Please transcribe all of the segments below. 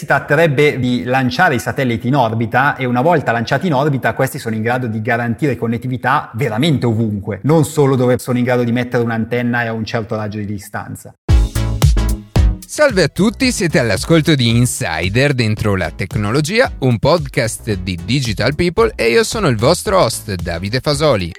Si tratterebbe di lanciare i satelliti in orbita e una volta lanciati in orbita questi sono in grado di garantire connettività veramente ovunque, non solo dove sono in grado di mettere un'antenna e a un certo raggio di distanza. Salve a tutti, siete all'ascolto di Insider dentro la tecnologia, un podcast di Digital People e io sono il vostro host Davide Fasoli.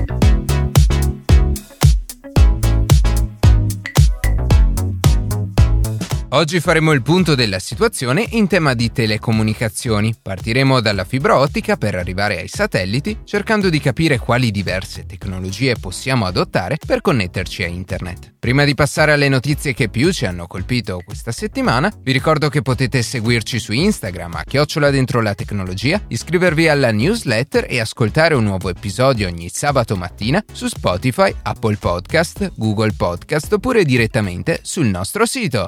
Oggi faremo il punto della situazione in tema di telecomunicazioni. Partiremo dalla fibra ottica per arrivare ai satelliti, cercando di capire quali diverse tecnologie possiamo adottare per connetterci a internet. Prima di passare alle notizie che più ci hanno colpito questa settimana, vi ricordo che potete seguirci su Instagram a @dentrolatecnologia, iscrivervi alla newsletter e ascoltare un nuovo episodio ogni sabato mattina su Spotify, Apple Podcast, Google Podcast oppure direttamente sul nostro sito.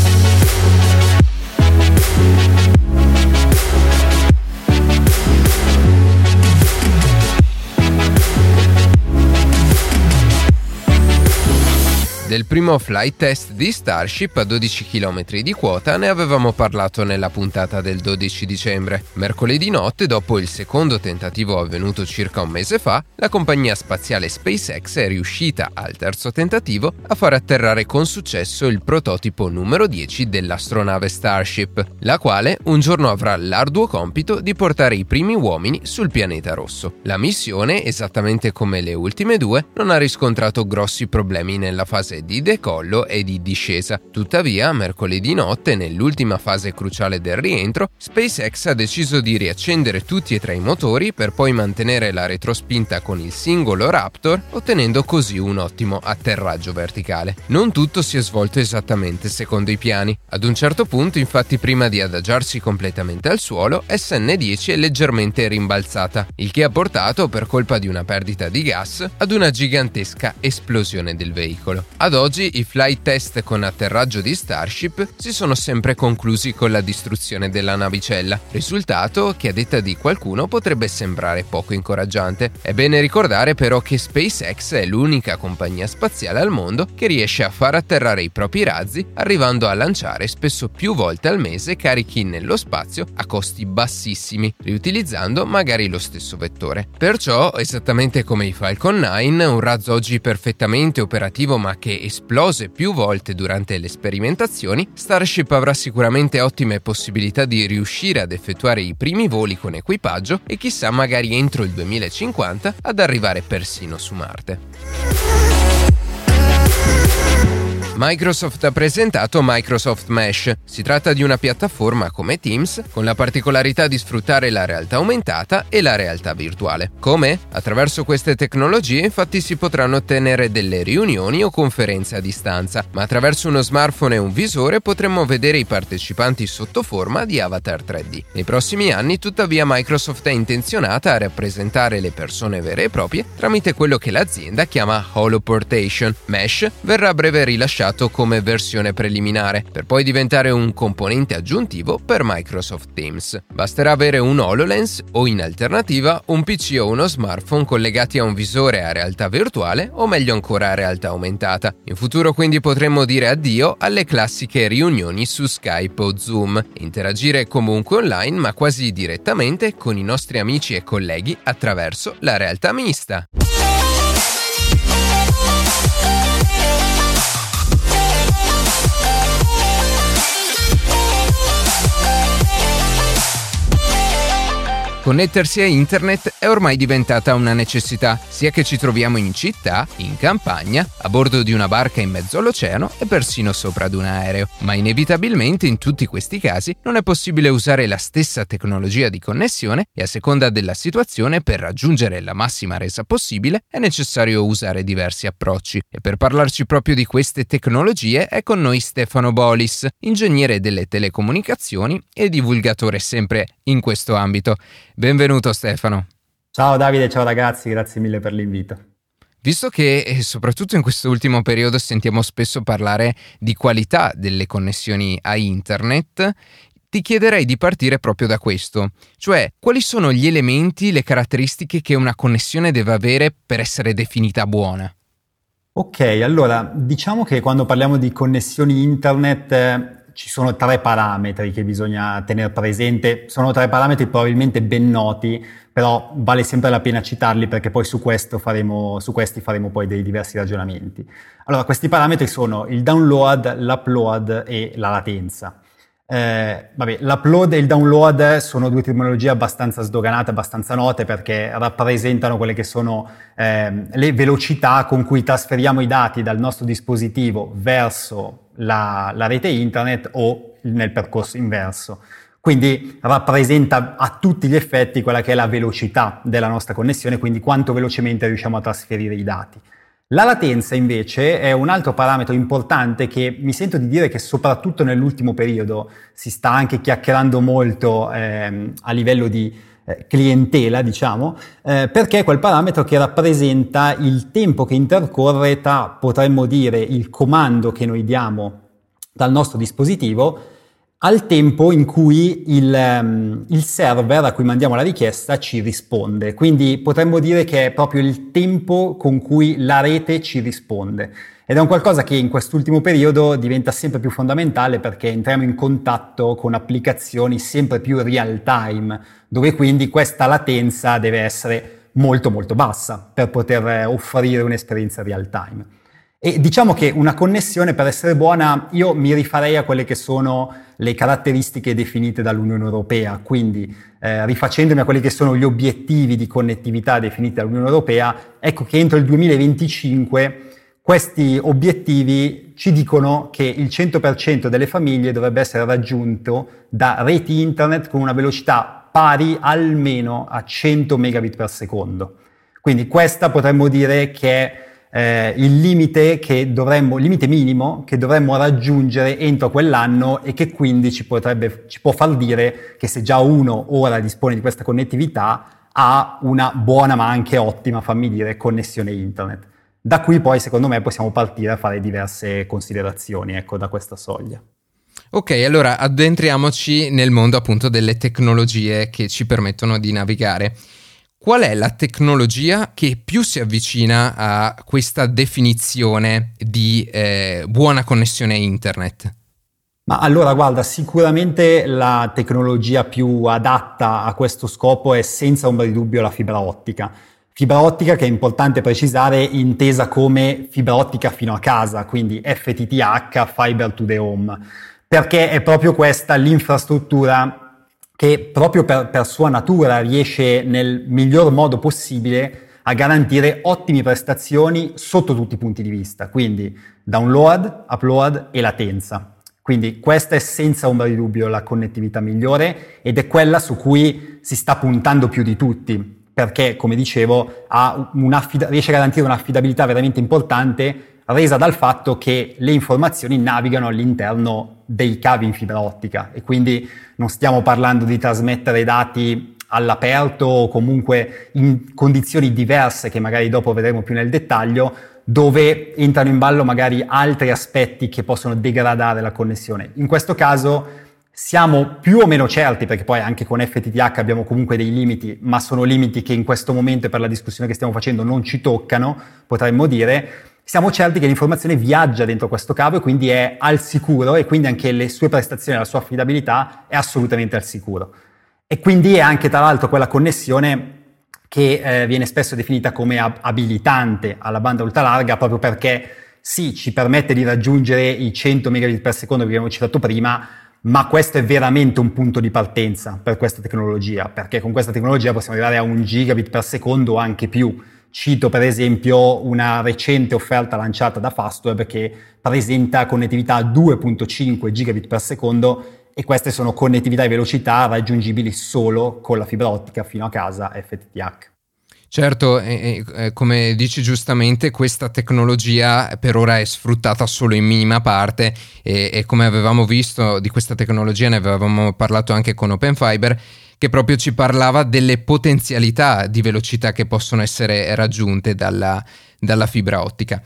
Del primo flight test di Starship a 12 km di quota ne avevamo parlato nella puntata del 12 dicembre. Mercoledì notte, dopo il secondo tentativo avvenuto circa un mese fa, la compagnia spaziale SpaceX è riuscita al terzo tentativo a far atterrare con successo il prototipo numero 10 dell'astronave Starship, la quale un giorno avrà l'arduo compito di portare i primi uomini sul pianeta rosso. La missione, esattamente come le ultime due, non ha riscontrato grossi problemi nella fase di decollo e di discesa. Tuttavia, mercoledì notte, nell'ultima fase cruciale del rientro, SpaceX ha deciso di riaccendere tutti e tre i motori per poi mantenere la retrospinta con il singolo Raptor, ottenendo così un ottimo atterraggio verticale. Non tutto si è svolto esattamente secondo i piani. Ad un certo punto, infatti, prima di adagiarsi completamente al suolo, SN10 è leggermente rimbalzata, il che ha portato, per colpa di una perdita di gas, ad una gigantesca esplosione del veicolo. Ad oggi i flight test con atterraggio di Starship si sono sempre conclusi con la distruzione della navicella, risultato che a detta di qualcuno potrebbe sembrare poco incoraggiante. È bene ricordare però che SpaceX è l'unica compagnia spaziale al mondo che riesce a far atterrare i propri razzi, arrivando a lanciare spesso più volte al mese carichi nello spazio a costi bassissimi, riutilizzando magari lo stesso vettore. Perciò, esattamente come i Falcon 9, un razzo oggi perfettamente operativo ma che esplose più volte durante le sperimentazioni, Starship avrà sicuramente ottime possibilità di riuscire ad effettuare i primi voli con equipaggio e chissà magari entro il 2050 ad arrivare persino su Marte. Microsoft ha presentato Microsoft Mesh. Si tratta di una piattaforma come Teams con la particolarità di sfruttare la realtà aumentata e la realtà virtuale. Come? Attraverso queste tecnologie infatti si potranno ottenere delle riunioni o conferenze a distanza, ma attraverso uno smartphone e un visore potremmo vedere i partecipanti sotto forma di avatar 3D. Nei prossimi anni, tuttavia, Microsoft è intenzionata a rappresentare le persone vere e proprie tramite quello che l'azienda chiama Holoportation. Mesh verrà a breve rilasciato come versione preliminare, per poi diventare un componente aggiuntivo per Microsoft Teams. Basterà avere un HoloLens o, in alternativa, un PC o uno smartphone collegati a un visore a realtà virtuale o meglio ancora a realtà aumentata. In futuro quindi potremmo dire addio alle classiche riunioni su Skype o Zoom e interagire comunque online ma quasi direttamente con i nostri amici e colleghi attraverso la realtà mista. Connettersi a internet è ormai diventata una necessità, sia che ci troviamo in città, in campagna, a bordo di una barca in mezzo all'oceano e persino sopra ad un aereo. Ma inevitabilmente in tutti questi casi non è possibile usare la stessa tecnologia di connessione e a seconda della situazione per raggiungere la massima resa possibile è necessario usare diversi approcci. E per parlarci proprio di queste tecnologie è con noi Stefano Bolis, ingegnere delle telecomunicazioni e divulgatore sempre in questo ambito. Benvenuto Stefano. Ciao Davide, ciao ragazzi, grazie mille per l'invito. Visto che soprattutto in questo ultimo periodo sentiamo spesso parlare di qualità delle connessioni a internet, ti chiederei di partire proprio da questo, cioè quali sono gli elementi, le caratteristiche che una connessione deve avere per essere definita buona? Ok, allora diciamo che quando parliamo di connessioni internet ci sono 3 parametri che bisogna tenere presente, sono 3 parametri probabilmente ben noti, però vale sempre la pena citarli perché poi su questi faremo poi dei diversi ragionamenti. Allora, questi parametri sono il download, l'upload e la latenza. L'upload e il download sono 2 terminologie abbastanza sdoganate, abbastanza note, perché rappresentano quelle che sono le velocità con cui trasferiamo i dati dal nostro dispositivo verso la rete internet o nel percorso inverso. Quindi rappresenta a tutti gli effetti quella che è la velocità della nostra connessione, quindi quanto velocemente riusciamo a trasferire i dati. La latenza invece è un altro parametro importante che mi sento di dire che soprattutto nell'ultimo periodo si sta anche chiacchierando molto a livello di clientela, diciamo, perché è quel parametro che rappresenta il tempo che intercorre tra, potremmo dire, il comando che noi diamo dal nostro dispositivo al tempo in cui il server a cui mandiamo la richiesta ci risponde. Quindi potremmo dire che è proprio il tempo con cui la rete ci risponde. Ed è un qualcosa che in quest'ultimo periodo diventa sempre più fondamentale perché entriamo in contatto con applicazioni sempre più real time, dove quindi questa latenza deve essere molto molto bassa per poter offrire un'esperienza real time. E diciamo che una connessione, per essere buona, io mi rifarei a quelle che sono le caratteristiche definite dall'Unione Europea, quindi rifacendomi a quelli che sono gli obiettivi di connettività definiti dall'Unione Europea, ecco che entro il 2025 questi obiettivi ci dicono che il 100% delle famiglie dovrebbe essere raggiunto da reti internet con una velocità pari almeno a 100 megabit per secondo. Quindi questa potremmo dire che è il limite minimo che dovremmo raggiungere entro quell'anno e che quindi ci può far dire che se già uno ora dispone di questa connettività ha una buona ma anche ottima, fammi dire, connessione internet. Da qui poi secondo me possiamo partire a fare diverse considerazioni, ecco, da questa soglia. Ok, allora addentriamoci nel mondo appunto delle tecnologie che ci permettono di navigare. Qual è la tecnologia che più si avvicina a questa definizione di buona connessione internet? Ma allora guarda, sicuramente la tecnologia più adatta a questo scopo è senza ombra di dubbio la fibra ottica. Fibra ottica che è importante precisare intesa come fibra ottica fino a casa, quindi FTTH, Fiber to the Home, perché è proprio questa l'infrastruttura che proprio per sua natura riesce nel miglior modo possibile a garantire ottime prestazioni sotto tutti i punti di vista, quindi download, upload e latenza. Quindi questa è senza ombra di dubbio la connettività migliore ed è quella su cui si sta puntando più di tutti, perché, come dicevo, riesce a garantire un'affidabilità veramente importante resa dal fatto che le informazioni navigano all'interno dei cavi in fibra ottica e quindi non stiamo parlando di trasmettere dati all'aperto o comunque in condizioni diverse che magari dopo vedremo più nel dettaglio, dove entrano in ballo magari altri aspetti che possono degradare la connessione. In questo caso siamo più o meno certi, perché poi anche con FTTH abbiamo comunque dei limiti, ma sono limiti che in questo momento e per la discussione che stiamo facendo non ci toccano, potremmo dire. Siamo certi che l'informazione viaggia dentro questo cavo e quindi è al sicuro e quindi anche le sue prestazioni, la sua affidabilità è assolutamente al sicuro. E quindi è anche tra l'altro quella connessione che viene spesso definita come abilitante alla banda ultralarga proprio perché sì, ci permette di raggiungere i 100 megabit per secondo che abbiamo citato prima, ma questo è veramente un punto di partenza per questa tecnologia, perché con questa tecnologia possiamo arrivare a 1 gigabit per secondo o anche più. Cito per esempio una recente offerta lanciata da Fastweb che presenta connettività a 2.5 gigabit per secondo e queste sono connettività e velocità raggiungibili solo con la fibra ottica fino a casa FTTH. Certo, come dici giustamente, questa tecnologia per ora è sfruttata solo in minima parte e come avevamo visto di questa tecnologia ne avevamo parlato anche con Open Fiber, che proprio ci parlava delle potenzialità di velocità che possono essere raggiunte dalla fibra ottica.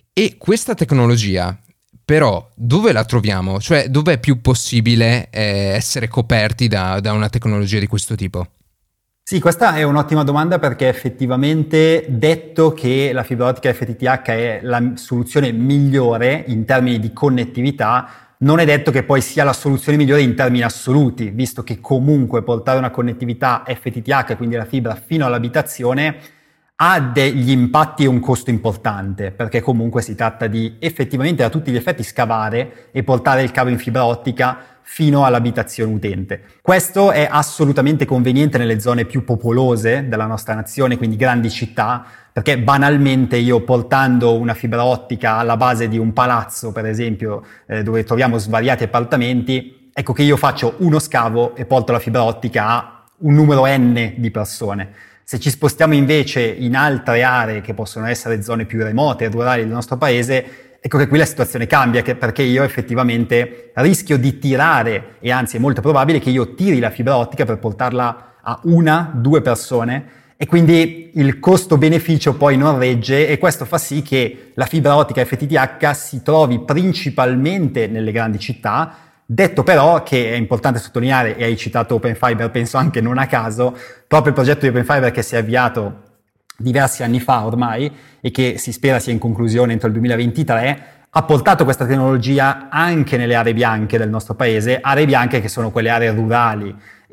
E questa tecnologia, però, dove la troviamo? Cioè, dove è più possibile essere coperti da una tecnologia di questo tipo? Sì, questa è un'ottima domanda perché effettivamente detto che la fibra ottica FTTH è la soluzione migliore in termini di connettività, non è detto che poi sia la soluzione migliore in termini assoluti, visto che comunque portare una connettività FTTH, quindi la fibra, fino all'abitazione ha degli impatti e un costo importante, perché comunque si tratta di effettivamente a tutti gli effetti scavare e portare il cavo in fibra ottica fino all'abitazione utente. Questo è assolutamente conveniente nelle zone più popolose della nostra nazione, quindi grandi città, perché banalmente io portando una fibra ottica alla base di un palazzo, per esempio, dove troviamo svariati appartamenti, ecco che io faccio uno scavo e porto la fibra ottica a un numero n di persone. Se ci spostiamo invece in altre aree che possono essere zone più remote e rurali del nostro paese, ecco che qui la situazione cambia, perché io effettivamente rischio di tirare, e anzi è molto probabile che io tiri la fibra ottica per portarla a 1-2 persone, e quindi il costo-beneficio poi non regge, e questo fa sì che la fibra ottica FTTH si trovi principalmente nelle grandi città. Detto però che è importante sottolineare, e hai citato Open Fiber, penso anche non a caso, proprio il progetto di Open Fiber che si è avviato diversi anni fa ormai e che si spera sia in conclusione entro il 2023, ha portato questa tecnologia anche nelle aree bianche del nostro paese, aree bianche che sono quelle aree rurali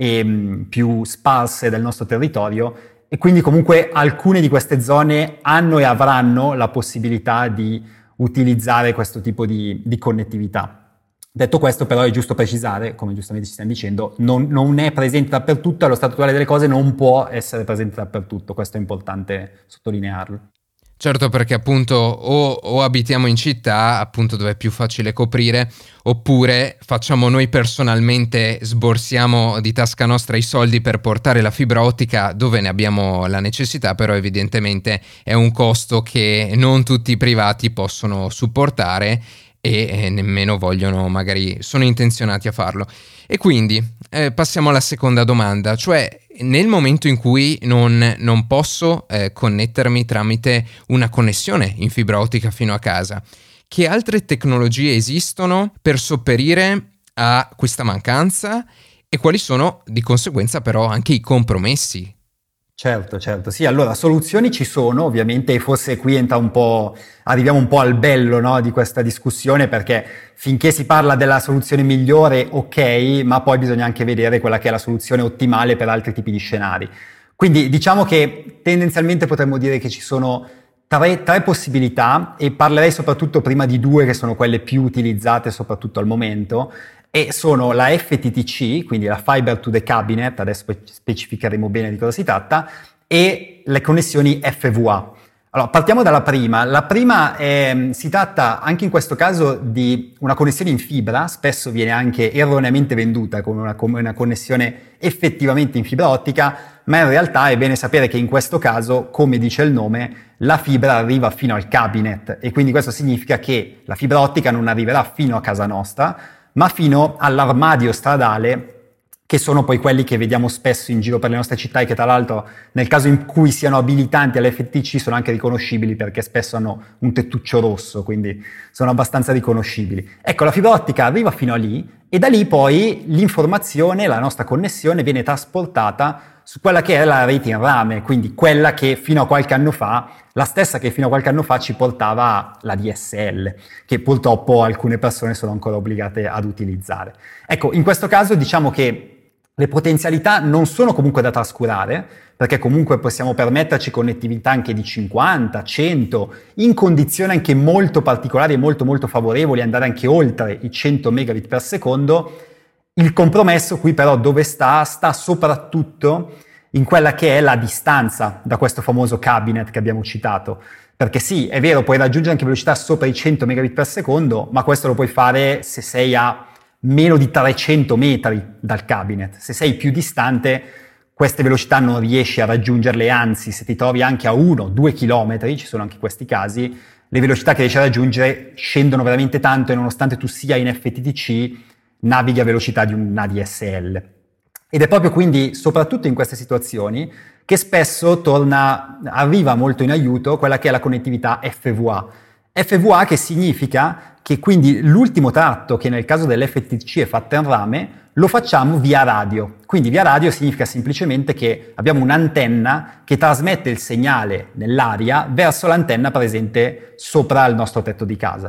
e più sparse del nostro territorio, e quindi comunque alcune di queste zone hanno e avranno la possibilità di utilizzare questo tipo di connettività. Detto questo, però, è giusto precisare, come giustamente ci stiamo dicendo, non è presente dappertutto, allo stato attuale delle cose non può essere presente dappertutto, questo è importante sottolinearlo. Certo, perché appunto o abitiamo in città, appunto dove è più facile coprire, oppure facciamo noi personalmente, sborsiamo di tasca nostra i soldi per portare la fibra ottica dove ne abbiamo la necessità, però evidentemente è un costo che non tutti i privati possono supportare e nemmeno vogliono, magari sono intenzionati a farlo. E quindi passiamo alla seconda domanda, cioè nel momento in cui non posso connettermi tramite una connessione in fibra ottica fino a casa, che altre tecnologie esistono per sopperire a questa mancanza e quali sono di conseguenza però anche i compromessi? Certo, sì, allora soluzioni ci sono ovviamente, e forse qui entra un po', arriviamo un po' al bello, no, di questa discussione, perché finché si parla della soluzione migliore, ok, ma poi bisogna anche vedere quella che è la soluzione ottimale per altri tipi di scenari. Quindi diciamo che tendenzialmente potremmo dire che ci sono tre possibilità, e parlerei soprattutto prima di due che sono quelle più utilizzate soprattutto al momento, e sono la FTTC, quindi la Fiber to the Cabinet, adesso specificheremo bene di cosa si tratta, e le connessioni FWA. Allora, partiamo dalla prima. La prima si tratta anche in questo caso di una connessione in fibra, spesso viene anche erroneamente venduta come una connessione effettivamente in fibra ottica, ma in realtà è bene sapere che in questo caso, come dice il nome, la fibra arriva fino al cabinet, e quindi questo significa che la fibra ottica non arriverà fino a casa nostra, ma fino all'armadio stradale, che sono poi quelli che vediamo spesso in giro per le nostre città, e che tra l'altro nel caso in cui siano abilitanti all'FTTC sono anche riconoscibili perché spesso hanno un tettuccio rosso, quindi sono abbastanza riconoscibili. Ecco, la fibra ottica arriva fino a lì, e da lì poi l'informazione, la nostra connessione, viene trasportata su quella che è la rete in rame, quindi quella che fino a qualche anno fa, la stessa che fino a qualche anno fa ci portava la DSL, che purtroppo alcune persone sono ancora obbligate ad utilizzare. Ecco, in questo caso diciamo che le potenzialità non sono comunque da trascurare, perché comunque possiamo permetterci connettività anche di 50, 100, in condizioni anche molto particolari e molto molto favorevoli, andare anche oltre i 100 megabit per secondo. Il compromesso qui però dove sta soprattutto in quella che è la distanza da questo famoso cabinet che abbiamo citato. Perché sì, è vero, puoi raggiungere anche velocità sopra i 100 megabit per secondo, ma questo lo puoi fare se sei a meno di 300 metri dal cabinet. Se sei più distante, queste velocità non riesci a raggiungerle, anzi, se ti trovi anche a 1-2 chilometri, ci sono anche questi casi, le velocità che riesci a raggiungere scendono veramente tanto, e nonostante tu sia in FTTC, navighi a velocità di un ADSL. Ed è proprio quindi, soprattutto in queste situazioni, che spesso arriva molto in aiuto quella che è la connettività FWA. FWA che significa che quindi l'ultimo tratto, che nel caso dell'FTTC è fatta in rame, lo facciamo via radio. Quindi via radio significa semplicemente che abbiamo un'antenna che trasmette il segnale nell'aria verso l'antenna presente sopra il nostro tetto di casa.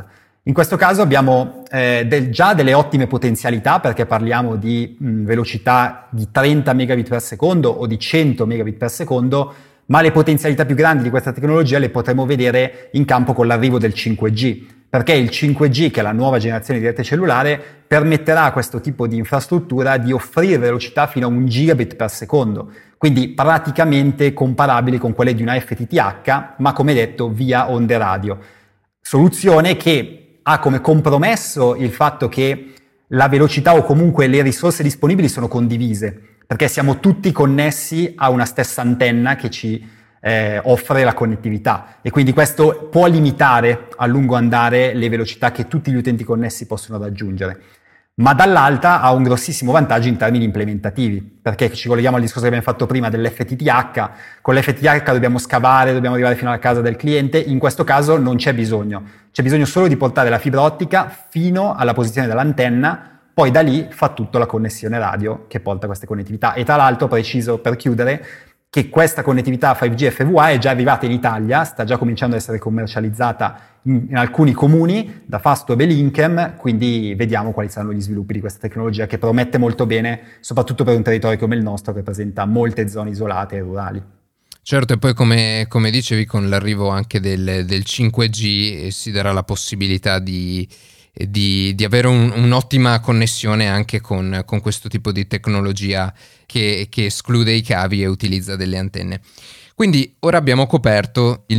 In questo caso abbiamo già delle ottime potenzialità, perché parliamo di velocità di 30 megabit per secondo o di 100 megabit per secondo, ma le potenzialità più grandi di questa tecnologia le potremo vedere in campo con l'arrivo del 5G, perché il 5G, che è la nuova generazione di rete cellulare, permetterà a questo tipo di infrastruttura di offrire velocità fino a 1 gigabit per secondo, quindi praticamente comparabili con quelle di una FTTH, ma come detto via onde radio. Soluzione che ha come compromesso il fatto che la velocità o comunque le risorse disponibili sono condivise, perché siamo tutti connessi a una stessa antenna che ci offre la connettività, e quindi questo può limitare a lungo andare le velocità che tutti gli utenti connessi possono raggiungere. Ma dall'altra ha un grossissimo vantaggio in termini implementativi, perché ci colleghiamo al discorso che abbiamo fatto prima dell'FTTH. Con l'FTTH dobbiamo scavare, dobbiamo arrivare fino alla casa del cliente. In questo caso non c'è bisogno solo di portare la fibra ottica fino alla posizione dell'antenna, poi da lì fa tutto la connessione radio che porta queste connettività. E tra l'altro, preciso per chiudere, che questa connettività 5G FWA è già arrivata in Italia, sta già cominciando ad essere commercializzata in alcuni comuni da Fastweb e Linkem, quindi vediamo quali saranno gli sviluppi di questa tecnologia, che promette molto bene, soprattutto per un territorio come il nostro che presenta molte zone isolate e rurali. Certo, e poi come dicevi, con l'arrivo anche del 5G si darà la possibilità di avere un'ottima connessione anche con questo tipo di tecnologia che esclude i cavi e utilizza delle antenne. Quindi ora abbiamo coperto il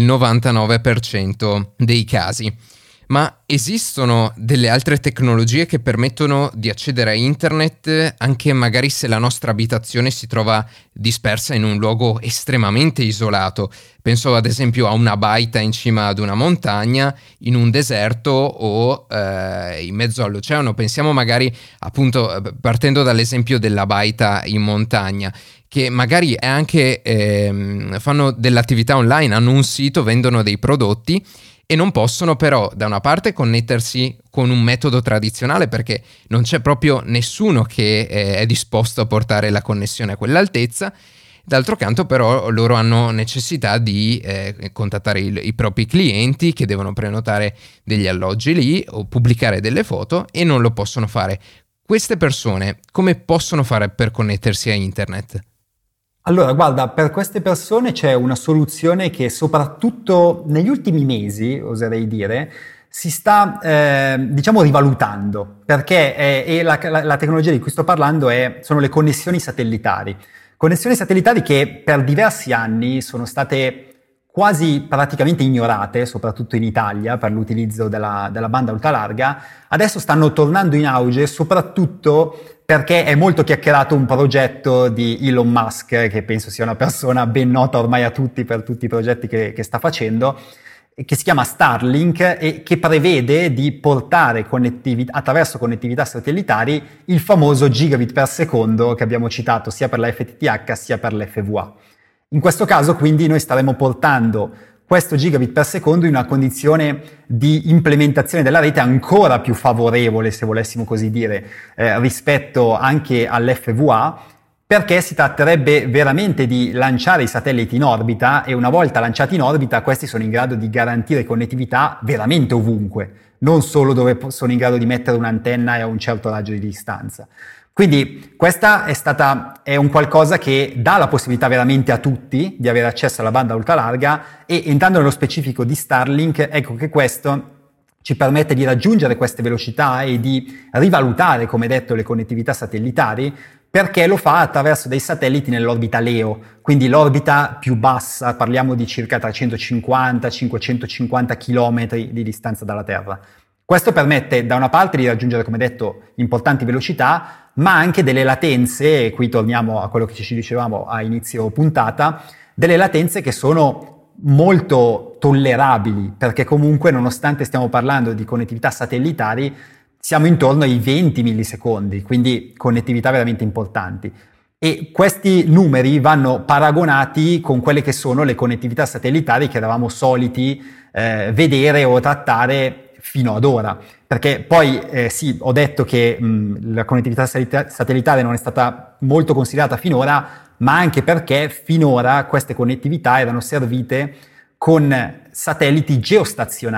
99% dei casi, ma esistono delle altre tecnologie che permettono di accedere a internet anche magari se la nostra abitazione si trova dispersa in un luogo estremamente isolato. Penso ad esempio a una baita in cima ad una montagna, in un deserto o in mezzo all'oceano. Pensiamo magari, appunto, partendo dall'esempio della baita in montagna, che magari è anche fanno dell'attività online, hanno un sito, vendono dei prodotti e non possono però da una parte connettersi con un metodo tradizionale perché non c'è proprio nessuno che è disposto a portare la connessione a quell'altezza. D'altro canto però loro hanno necessità di contattare i propri clienti che devono prenotare degli alloggi lì o pubblicare delle foto e non lo possono fare. Queste persone come possono fare per connettersi a internet? Allora, guarda, per queste persone c'è una soluzione che soprattutto negli ultimi mesi, oserei dire, si sta, rivalutando, perché la tecnologia di cui sto parlando sono le connessioni satellitari. Connessioni satellitari che per diversi anni sono state quasi praticamente ignorate, soprattutto in Italia, per l'utilizzo della banda ultralarga. Adesso stanno tornando in auge, soprattutto perché è molto chiacchierato un progetto di Elon Musk, che penso sia una persona ben nota ormai a tutti per tutti i progetti che sta facendo, che si chiama Starlink e che prevede di portare attraverso connettività satellitari il famoso gigabit per secondo che abbiamo citato sia per la FTTH sia per l'FWA. In questo caso quindi noi staremo portando questo gigabit per secondo in una condizione di implementazione della rete ancora più favorevole, se volessimo così dire, rispetto anche all'FWA, perché si tratterebbe veramente di lanciare i satelliti in orbita e una volta lanciati in orbita questi sono in grado di garantire connettività veramente ovunque, non solo dove sono in grado di mettere un'antenna e a un certo raggio di distanza. Quindi questa è un qualcosa che dà la possibilità veramente a tutti di avere accesso alla banda ultralarga e entrando nello specifico di Starlink, ecco che questo ci permette di raggiungere queste velocità e di rivalutare, come detto, le connettività satellitari perché lo fa attraverso dei satelliti nell'orbita LEO, quindi l'orbita più bassa, parliamo di circa 350-550 km di distanza dalla Terra. Questo permette da una parte di raggiungere, come detto, importanti velocità, ma anche delle latenze, e qui torniamo a quello che ci dicevamo a inizio puntata, delle latenze che sono molto tollerabili, perché comunque nonostante stiamo parlando di connettività satellitari, siamo intorno ai 20 millisecondi, quindi connettività veramente importanti. E questi numeri vanno paragonati con quelle che sono le connettività satellitari che eravamo soliti vedere o trattare fino ad ora, perché poi sì, ho detto che la connettività satellitare non è stata molto considerata finora, ma anche perché finora queste connettività erano servite con satelliti geostazionari,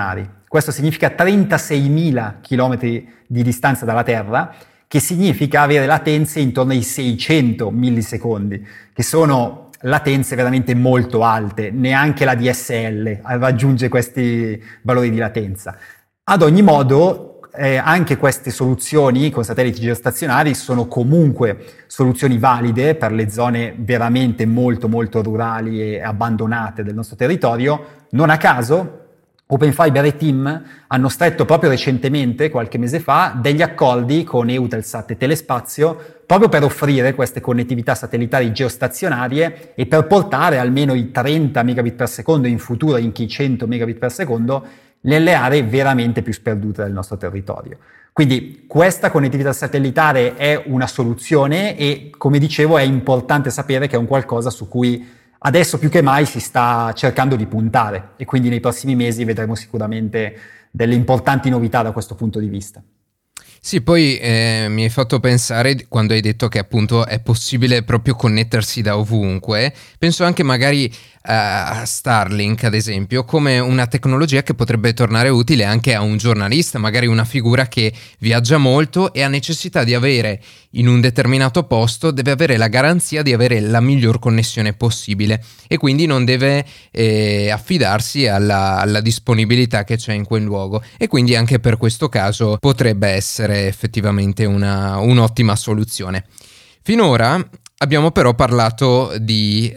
Questo significa 36.000 chilometri di distanza dalla Terra, che significa avere latenze intorno ai 600 millisecondi, che sono latenze veramente molto alte. Neanche la DSL raggiunge questi valori di latenza. Ad ogni modo, anche queste soluzioni con satelliti geostazionari sono comunque soluzioni valide per le zone veramente molto molto rurali e abbandonate del nostro territorio. Non a caso Open Fiber e TIM hanno stretto proprio recentemente, qualche mese fa, degli accordi con Eutelsat e Telespazio proprio per offrire queste connettività satellitari geostazionarie e per portare almeno i 30 megabit per secondo, in futuro anche i 100 megabit per secondo, nelle aree veramente più sperdute del nostro territorio. Quindi questa connettività satellitare è una soluzione e, come dicevo, è importante sapere che è un qualcosa su cui adesso più che mai si sta cercando di puntare e quindi nei prossimi mesi vedremo sicuramente delle importanti novità da questo punto di vista. Sì, poi mi hai fatto pensare, quando hai detto che appunto è possibile proprio connettersi da ovunque, penso anche magari a Starlink ad esempio come una tecnologia che potrebbe tornare utile anche a un giornalista, magari una figura che viaggia molto e ha necessità di avere in un determinato posto, deve avere la garanzia di avere la miglior connessione possibile e quindi non deve affidarsi alla disponibilità che c'è in quel luogo, e quindi anche per questo caso potrebbe essere effettivamente un'ottima soluzione. Finora abbiamo però parlato di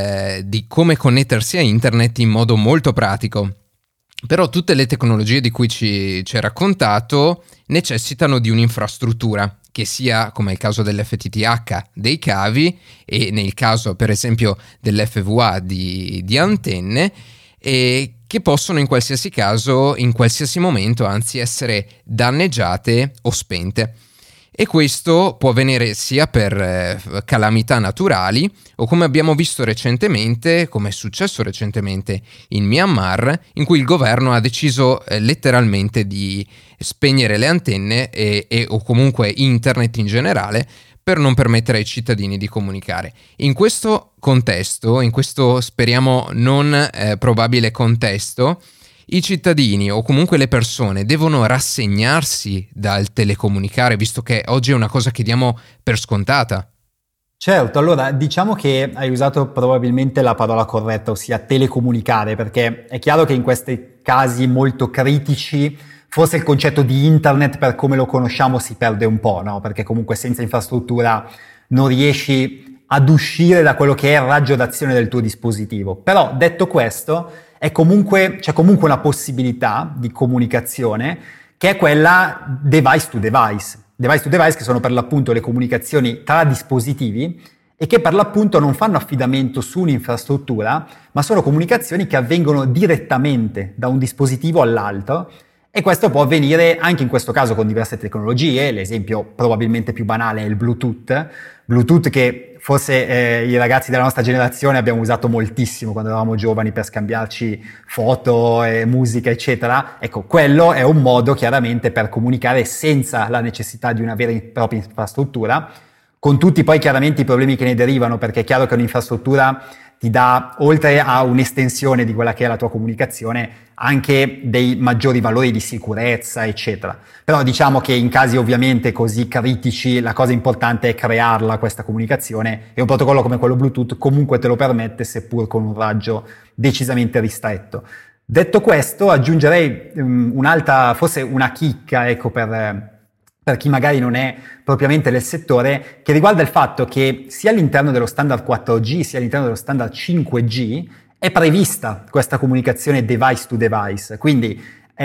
come connettersi a internet in modo molto pratico, però tutte le tecnologie di cui ci hai raccontato necessitano di un'infrastruttura, che sia, come il caso dell'FTTH, dei cavi, e nel caso per esempio dell'FVA di antenne, e che possono in qualsiasi caso, in qualsiasi momento, anzi essere danneggiate o spente. E questo può avvenire sia per calamità naturali o, come abbiamo visto recentemente, come è successo recentemente in Myanmar, in cui il governo ha deciso letteralmente di spegnere le antenne o comunque internet in generale, per non permettere ai cittadini di comunicare. In questo contesto, in questo speriamo non probabile contesto, i cittadini o comunque le persone devono rassegnarsi dal telecomunicare, visto che oggi è una cosa che diamo per scontata. Certo, allora diciamo che hai usato probabilmente la parola corretta, ossia telecomunicare, perché è chiaro che in questi casi molto critici forse il concetto di internet per come lo conosciamo si perde un po', no? Perché comunque senza infrastruttura non riesci ad uscire da quello che è il raggio d'azione del tuo dispositivo. Però detto questo, c'è comunque una possibilità di comunicazione che è quella device to device. Device to device, che sono per l'appunto le comunicazioni tra dispositivi e che per l'appunto non fanno affidamento su un'infrastruttura, ma sono comunicazioni che avvengono direttamente da un dispositivo all'altro. E questo può avvenire anche in questo caso con diverse tecnologie. L'esempio probabilmente più banale è il Bluetooth che forse i ragazzi della nostra generazione abbiamo usato moltissimo quando eravamo giovani per scambiarci foto e musica eccetera. Ecco, quello è un modo chiaramente per comunicare senza la necessità di una vera e propria infrastruttura, con tutti poi chiaramente i problemi che ne derivano, perché è chiaro che un'infrastruttura ti dà, oltre a un'estensione di quella che è la tua comunicazione, anche dei maggiori valori di sicurezza, eccetera. Però diciamo che in casi ovviamente così critici la cosa importante è crearla questa comunicazione, e un protocollo come quello Bluetooth comunque te lo permette, seppur con un raggio decisamente ristretto. Detto questo, aggiungerei un'altra, forse una chicca, ecco, per chi magari non è propriamente del settore, che riguarda il fatto che sia all'interno dello standard 4G sia all'interno dello standard 5G è prevista questa comunicazione device to device, quindi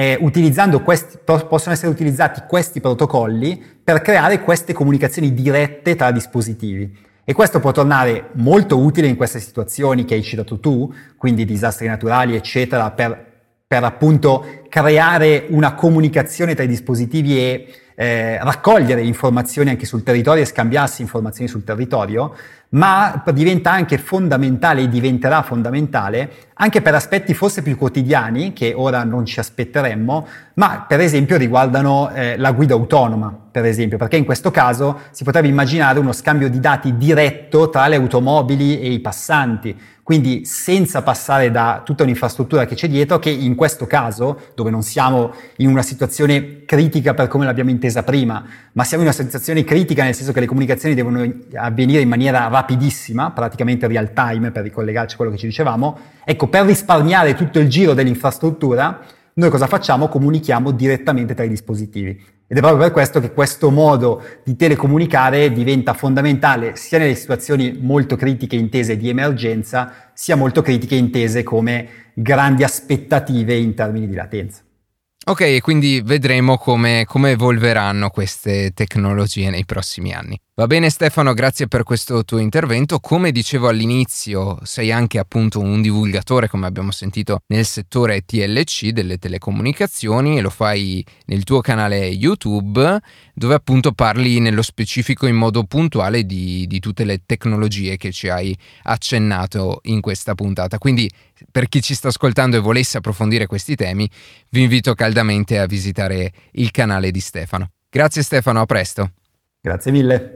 possono essere utilizzati questi protocolli per creare queste comunicazioni dirette tra dispositivi. E questo può tornare molto utile in queste situazioni che hai citato tu, quindi disastri naturali eccetera, per appunto creare una comunicazione tra i dispositivi e raccogliere informazioni anche sul territorio e scambiarsi informazioni sul territorio, ma diventa anche fondamentale e diventerà fondamentale anche per aspetti forse più quotidiani che ora non ci aspetteremmo, ma per esempio riguardano la guida autonoma, per esempio, perché in questo caso si potrebbe immaginare uno scambio di dati diretto tra le automobili e i passanti, quindi senza passare da tutta un'infrastruttura che c'è dietro, che in questo caso, dove non siamo in una situazione critica per come l'abbiamo intesa prima, ma siamo in una situazione critica nel senso che le comunicazioni devono avvenire in maniera rapidissima, praticamente real time, per ricollegarci a quello che ci dicevamo. Ecco, per risparmiare tutto il giro dell'infrastruttura, noi cosa facciamo? Comunichiamo direttamente tra i dispositivi. Ed è proprio per questo che questo modo di telecomunicare diventa fondamentale sia nelle situazioni molto critiche intese di emergenza, sia molto critiche intese come grandi aspettative in termini di latenza. Ok, e quindi vedremo come evolveranno queste tecnologie nei prossimi anni. Va bene Stefano, grazie per questo tuo intervento. Come dicevo all'inizio, sei anche appunto un divulgatore, come abbiamo sentito, nel settore TLC delle telecomunicazioni, e lo fai nel tuo canale YouTube, dove appunto parli nello specifico in modo puntuale di tutte le tecnologie che ci hai accennato in questa puntata. Quindi per chi ci sta ascoltando e volesse approfondire questi temi, vi invito caldamente a visitare il canale di Stefano. Grazie Stefano, a presto. Grazie mille.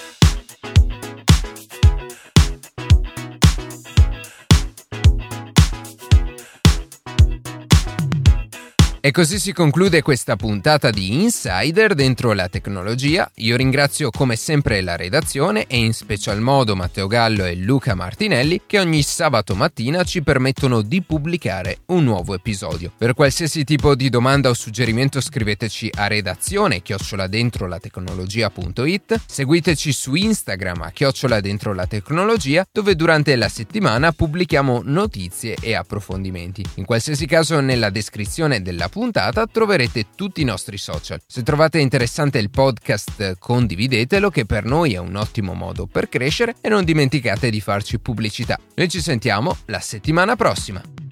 E così si conclude questa puntata di Insider dentro la tecnologia. Io ringrazio come sempre la redazione e in special modo Matteo Gallo e Luca Martinelli, che ogni sabato mattina ci permettono di pubblicare un nuovo episodio. Per qualsiasi tipo di domanda o suggerimento scriveteci a redazione@dentrolatecnologia.it, seguiteci su Instagram @dentrolatecnologia, dove durante la settimana pubblichiamo notizie e approfondimenti. In qualsiasi caso, nella descrizione della puntata troverete tutti i nostri social. Se trovate interessante il podcast, condividetelo, che per noi è un ottimo modo per crescere, e non dimenticate di farci pubblicità. Noi ci sentiamo la settimana prossima.